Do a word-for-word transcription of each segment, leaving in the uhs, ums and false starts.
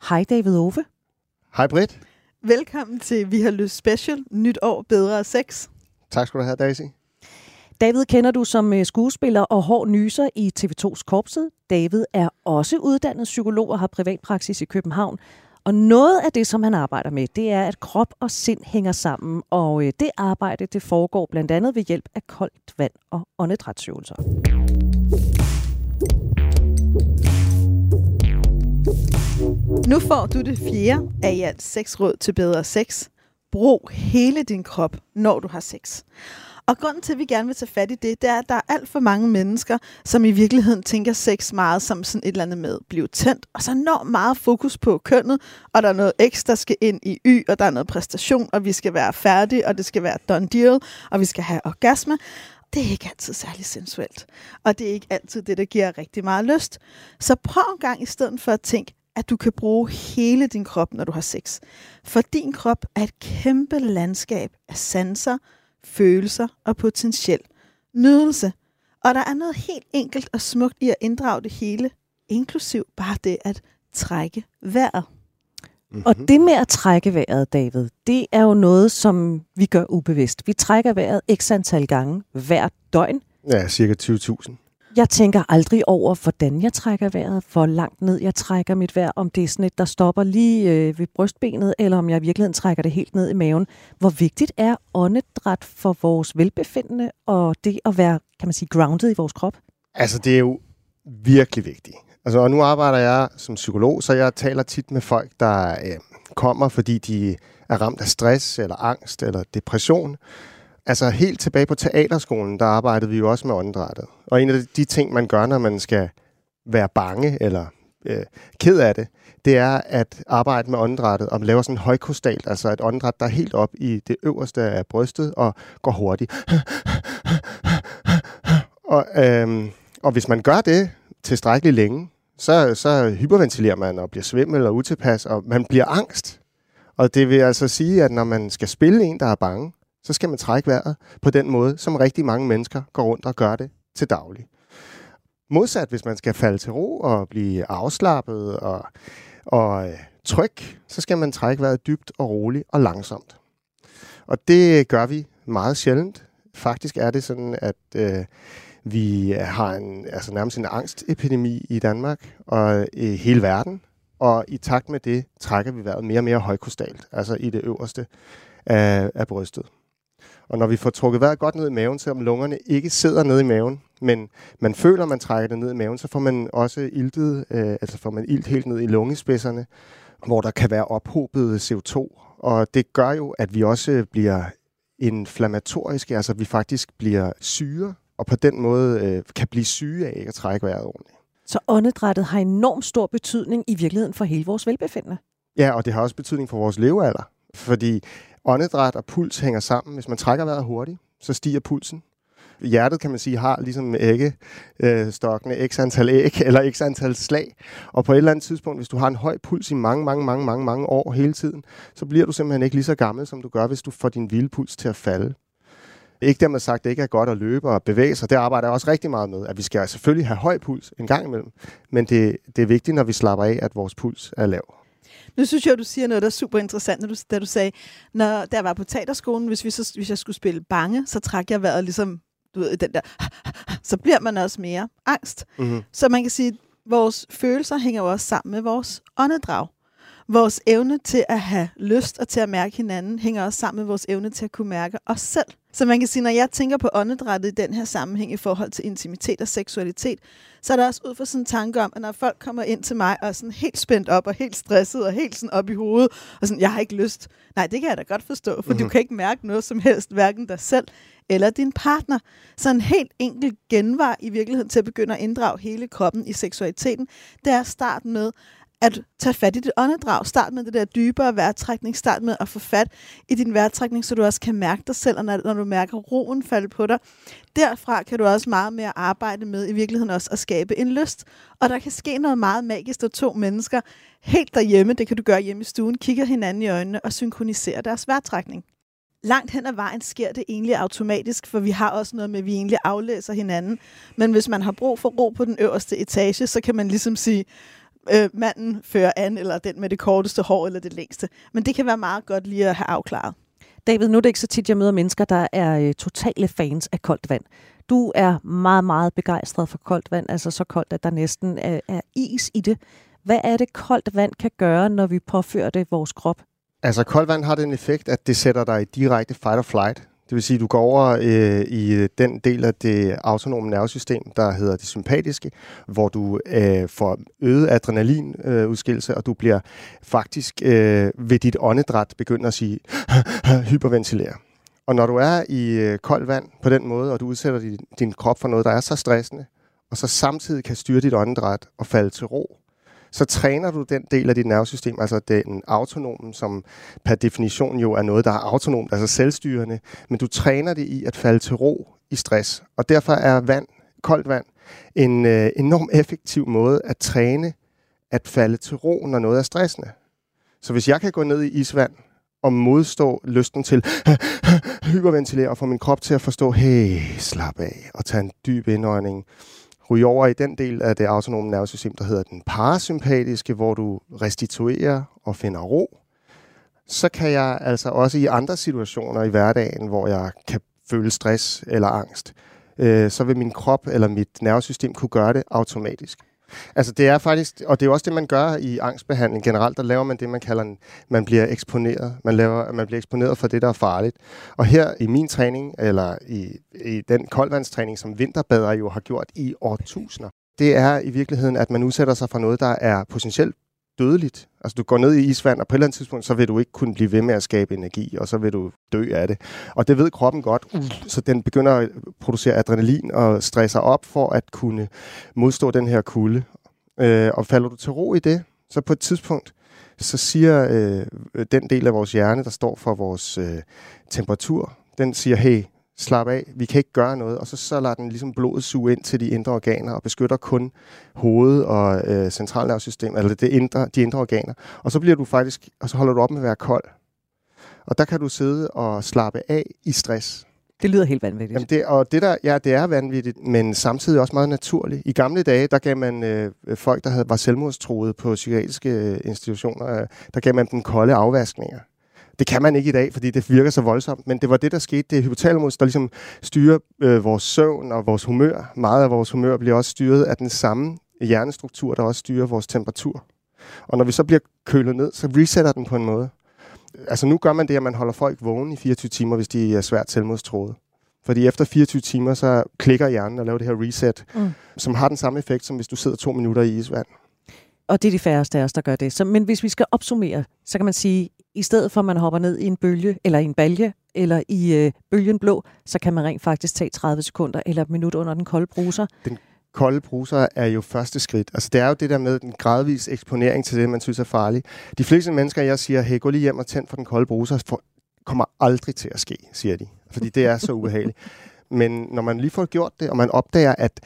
Hej David Ove. Hej Britt. Velkommen til Vi har lyst special. Nyt år, bedre sex. Tak skal du have, Daisy. David kender du som skuespiller og hård nyser i T V to's Korpset. David er også uddannet psykolog og har privatpraksis i København. Og noget af det, som han arbejder med, det er, at krop og sind hænger sammen. Og det arbejde, det foregår blandt andet ved hjælp af koldt vand og åndedrætsøvelser. Nu får du det fjerde af i alt seks råd til bedre sex. Brug hele din krop, når du har sex. Og grunden til, at vi gerne vil tage fat i det, det er, at der er alt for mange mennesker, som i virkeligheden tænker sex meget som sådan et eller andet med at blive tændt, og så når meget fokus på kønnet, og der er noget ekstra, der skal ind i y, og der er noget præstation, og vi skal være færdige, og det skal være done deal, og vi skal have orgasme. Det er ikke altid særlig sensuelt, og det er ikke altid det, der giver rigtig meget lyst. Så prøv en gang i stedet for at tænke, at du kan bruge hele din krop, når du har sex. For din krop er et kæmpe landskab af sanser, følelser og potentiel nydelse. Og der er noget helt enkelt og smukt i at inddrage det hele, inklusiv bare det at trække vejret. Mm-hmm. Og det med at trække vejret, David, det er jo noget, som vi gør ubevidst. Vi trækker vejret x antal gange hver døgn. Ja, cirka tyve tusind. Jeg tænker aldrig over, hvordan jeg trækker vejret, hvor langt ned jeg trækker mit vejr, om det er sådan et, der stopper lige øh, ved brystbenet, eller om jeg i virkeligheden trækker det helt ned i maven. Hvor vigtigt er åndedræt for vores velbefindende, og det at være, kan man sige, grounded i vores krop? Altså, det er jo virkelig vigtigt. Altså, og nu arbejder jeg som psykolog, så jeg taler tit med folk, der øh, kommer, fordi de er ramt af stress, eller angst, eller depression. Altså helt tilbage på teaterskolen, der arbejdede vi jo også med åndedrættet. Og en af de ting, man gør, når man skal være bange eller øh, ked af det, det er at arbejde med åndedrættet og lave sådan en højkostalt, altså et åndedræt, der er helt op i det øverste af brystet og går hurtigt. og, øh, og hvis man gør det tilstrækkeligt længe, så, så hyperventilerer man og bliver svimmel og utilpas, og man bliver angst. Og det vil altså sige, at når man skal spille en, der er bange, så skal man trække vejret på den måde, som rigtig mange mennesker går rundt og gør det til daglig. Modsat, hvis man skal falde til ro og blive afslappet og, og øh, tryg, så skal man trække vejret dybt og roligt og langsomt. Og det gør vi meget sjældent. Faktisk er det sådan, at øh, vi har en, altså nærmest en angstepidemi i Danmark og i hele verden. Og i takt med det trækker vi vejret mere og mere højkostalt, altså i det øverste af, af brystet. Og når vi får trukket vejret godt ned i maven, selvom lungerne ikke sidder nede i maven, men man føler, at man trækker det ned i maven, så får man også iltet, øh, altså får man ilt helt ned i lungespidserne, hvor der kan være ophobet C O to. Og det gør jo, at vi også bliver inflammatoriske, altså vi faktisk bliver syge, og på den måde øh, kan blive syge af ikke at trække vejret ordentligt. Så åndedrættet har enormt stor betydning i virkeligheden for hele vores velbefindende. Ja, og det har også betydning for vores levealder, fordi åndedræt og puls hænger sammen. Hvis man trækker vejret hurtigt, så stiger pulsen. Hjertet, kan man sige, har ligesom æggestokkene x antal æg eller x antal slag. Og på et eller andet tidspunkt, hvis du har en høj puls i mange, mange, mange, mange, mange år hele tiden, så bliver du simpelthen ikke lige så gammel, som du gør, hvis du får din hvilepuls til at falde. Ikke dermed sagt, at det ikke er godt at løbe og bevæge sig. Det arbejder jeg også rigtig meget med, at vi skal selvfølgelig have høj puls en gang imellem. Men det, det er vigtigt, når vi slapper af, at vores puls er lav. Nu synes jeg, at du siger noget, der er super interessant, når du, da du sagde, når der var på teaterskolen, hvis, vi så, hvis jeg skulle spille bange, så træk jeg vejret ligesom, du ved, den der, så bliver man også mere angst. Mm-hmm. Så man kan sige, at vores følelser hænger jo også sammen med vores åndedrag. Vores evne til at have lyst og til at mærke hinanden hænger også sammen med vores evne til at kunne mærke os selv. Så man kan sige, når jeg tænker på åndedrættet i den her sammenhæng i forhold til intimitet og seksualitet, så er der også ud fra sådan en tanke om, at når folk kommer ind til mig og er sådan helt spændt op og helt stresset og helt sådan op i hovedet, og sådan, jeg har ikke lyst. Nej, det kan jeg da godt forstå, for mm-hmm. du kan ikke mærke noget som helst, hverken dig selv eller din partner. Så en helt enkelt genvej i virkeligheden til at begynde at inddrage hele kroppen i seksualiteten, det er at starte med at tage fat i dit åndedrag. Start med det der dybere vejrtrækning. Start med at få fat i din vejrtrækning, så du også kan mærke dig selv, og når, når du mærker roen falde på dig. Derfra kan du også meget mere arbejde med i virkeligheden også at skabe en lyst. Og der kan ske noget meget magisk, når to mennesker helt derhjemme, det kan du gøre hjemme i stuen, kigger hinanden i øjnene og synkroniserer deres vejrtrækning. Langt hen ad vejen sker det egentlig automatisk, for vi har også noget med, at vi egentlig aflæser hinanden. Men hvis man har brug for ro på den øverste etage, så kan man ligesom sige, øh, manden fører an, eller den med det korteste hår, eller det længste. Men det kan være meget godt lige at have afklaret. David, nu er det ikke så tit, jeg møder mennesker, der er øh, totale fans af koldt vand. Du er meget, meget begejstret for koldt vand, altså så koldt, at der næsten er, er is i det. Hvad er det, koldt vand kan gøre, når vi påfører det vores krop? Altså, koldt vand har den effekt, at det sætter dig i direkte fight or flight. Det vil sige, at du går over øh, i den del af det autonome nervesystem, der hedder det sympatiske, hvor du øh, får øget adrenalinudskillelse, øh, og du bliver faktisk øh, ved dit åndedræt begynder at sige hyperventilere. Og når du er i øh, koldt vand på den måde, og du udsætter din, din krop for noget, der er så stressende, og så samtidig kan styre dit åndedræt og falde til ro, så træner du den del af dit nervesystem, altså den autonomen, som per definition jo er noget, der er autonomt, altså selvstyrende, men du træner det i at falde til ro i stress. Og derfor er vand, koldt vand en øh, enormt effektiv måde at træne at falde til ro, når noget er stressende. Så hvis jeg kan gå ned i isvand og modstå lysten til hyperventilere og få min krop til at forstå, hey, slap af og tage en dyb indånding, ryge over i den del af det autonome nervesystem, der hedder den parasympatiske, hvor du restituerer og finder ro, så kan jeg altså også i andre situationer i hverdagen, hvor jeg kan føle stress eller angst, øh, så vil min krop eller mit nervesystem kunne gøre det automatisk. Altså det er faktisk, og det er også det, man gør i angstbehandling generelt, der laver man det, man kalder, man bliver eksponeret. Man, laver, man bliver eksponeret for det, der er farligt. Og her i min træning, eller i, i den koldvandstræning, som vinterbadere jo har gjort i årtusinder, det er i virkeligheden, at man udsætter sig for noget, der er potentielt dødeligt. Altså du går ned i isvand, og på et eller andet tidspunkt, så vil du ikke kunne blive ved med at skabe energi, og så vil du dø af det. Og det ved kroppen godt, så den begynder at producere adrenalin og stresser op for at kunne modstå den her kulde. Øh, og falder du til ro i det, så på et tidspunkt, så siger øh, den del af vores hjerne, der står for vores øh, temperatur, den siger, hey, slap af, vi kan ikke gøre noget, og så, så lader den ligesom blodet suge ind til de indre organer og beskytter kun hovedet og øh, centralnervesystem, eller det indre, de indre organer. Og så bliver du faktisk, og så holder du op med at være kold. Og der kan du sidde og slappe af i stress. Det lyder helt vanvittigt. Jamen det, og det der, ja, det er vanvittigt, men samtidig også meget naturligt. I gamle dage, der gav man øh, folk, der havde, var selvmordstruede på psykiatriske øh, institutioner, øh, der gav man dem kolde afvaskninger. Det kan man ikke i dag, fordi det virker så voldsomt, men det var det, der skete. Det er hypotalamus, der ligesom styrer øh, vores søvn og vores humør. Meget af vores humør bliver også styret af den samme hjernestruktur, der også styrer vores temperatur. Og når vi så bliver kølet ned, så resetter den på en måde. Altså nu gør man det, at man holder folk vågne i fireogtyve timer, hvis de er svært selvmordstruede. Fordi efter fireogtyve timer, så klikker hjernen og laver det her reset, mm. som har den samme effekt, som hvis du sidder to minutter i isvand. Og det er de færreste af os, der gør det. Så, men hvis vi skal opsummere, så kan man sige, i stedet for at man hopper ned i en bølge, eller i en balje, eller i øh, bølgen blå, så kan man rent faktisk tage tredive sekunder eller et minut under den kolde bruser. Den kolde bruser er jo første skridt. Altså det er jo det der med den gradvis eksponering til det, man synes er farligt. De fleste mennesker, jeg siger, hey, gå lige hjem og tænd for den kolde bruser, for, kommer aldrig til at ske, siger de. Fordi det er så ubehageligt. Men når man lige får gjort det, og man opdager, at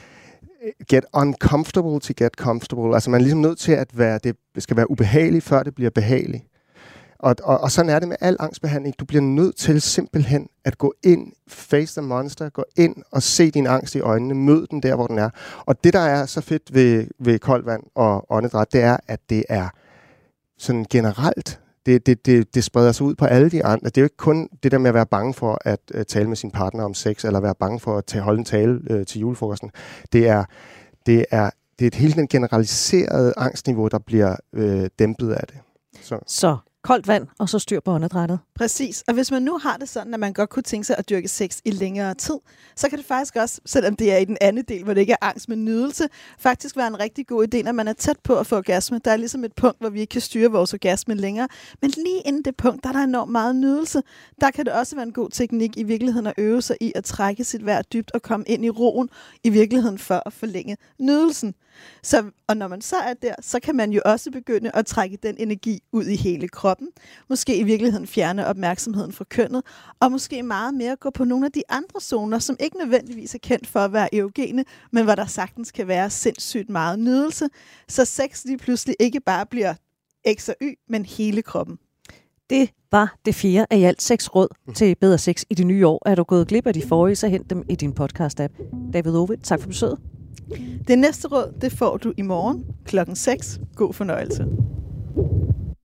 get uncomfortable to get comfortable, altså man er ligesom nødt til at være, det skal være ubehageligt, før det bliver behageligt. Og, og, og sådan er det med al angstbehandling. Du bliver nødt til simpelthen at gå ind, face the monster, gå ind og se din angst i øjnene, mød den der, hvor den er. Og det, der er så fedt ved, ved koldt vand og åndedræt, det er, at det er sådan generelt. Det, det, det, det spreder sig ud på alle de andre. Det er jo ikke kun det der med at være bange for at uh, tale med sin partner om sex, eller være bange for at tage, holde en tale uh, til julefrokosten. Det er, det er, det er et helt den generaliserede angstniveau, der bliver uh, dæmpet af det. Så... så. Koldt vand, og så styr på åndedrættet. Præcis. Og hvis man nu har det sådan, at man godt kunne tænke sig at dyrke sex i længere tid, så kan det faktisk også, selvom det er i den anden del, hvor det ikke er angst, men nydelse, faktisk være en rigtig god idé, når man er tæt på at få orgasme. Der er ligesom et punkt, hvor vi ikke kan styre vores orgasme længere. Men lige inden det punkt, der er der enormt meget nydelse. Der kan det også være en god teknik i virkeligheden at øve sig i at trække sit vejr dybt og komme ind i roen i virkeligheden for at forlænge nydelsen. Så, og når man så er der, så kan man jo også begynde at trække den energi ud i hele kroppen. Måske i virkeligheden fjerne opmærksomheden fra kønnet, og måske meget mere gå på nogle af de andre zoner, som ikke nødvendigvis er kendt for at være erogene, men hvor der sagtens kan være sindssygt meget nydelse, så sex lige pludselig ikke bare bliver X og Y, men hele kroppen. Det var det fjerde af i alt seks råd til bedre sex i det nye år. Er du gået glip af de forrige, så hent dem i din podcast-app. David Ovid, tak for besøget. Det næste råd, det får du i morgen klokken seks. God fornøjelse.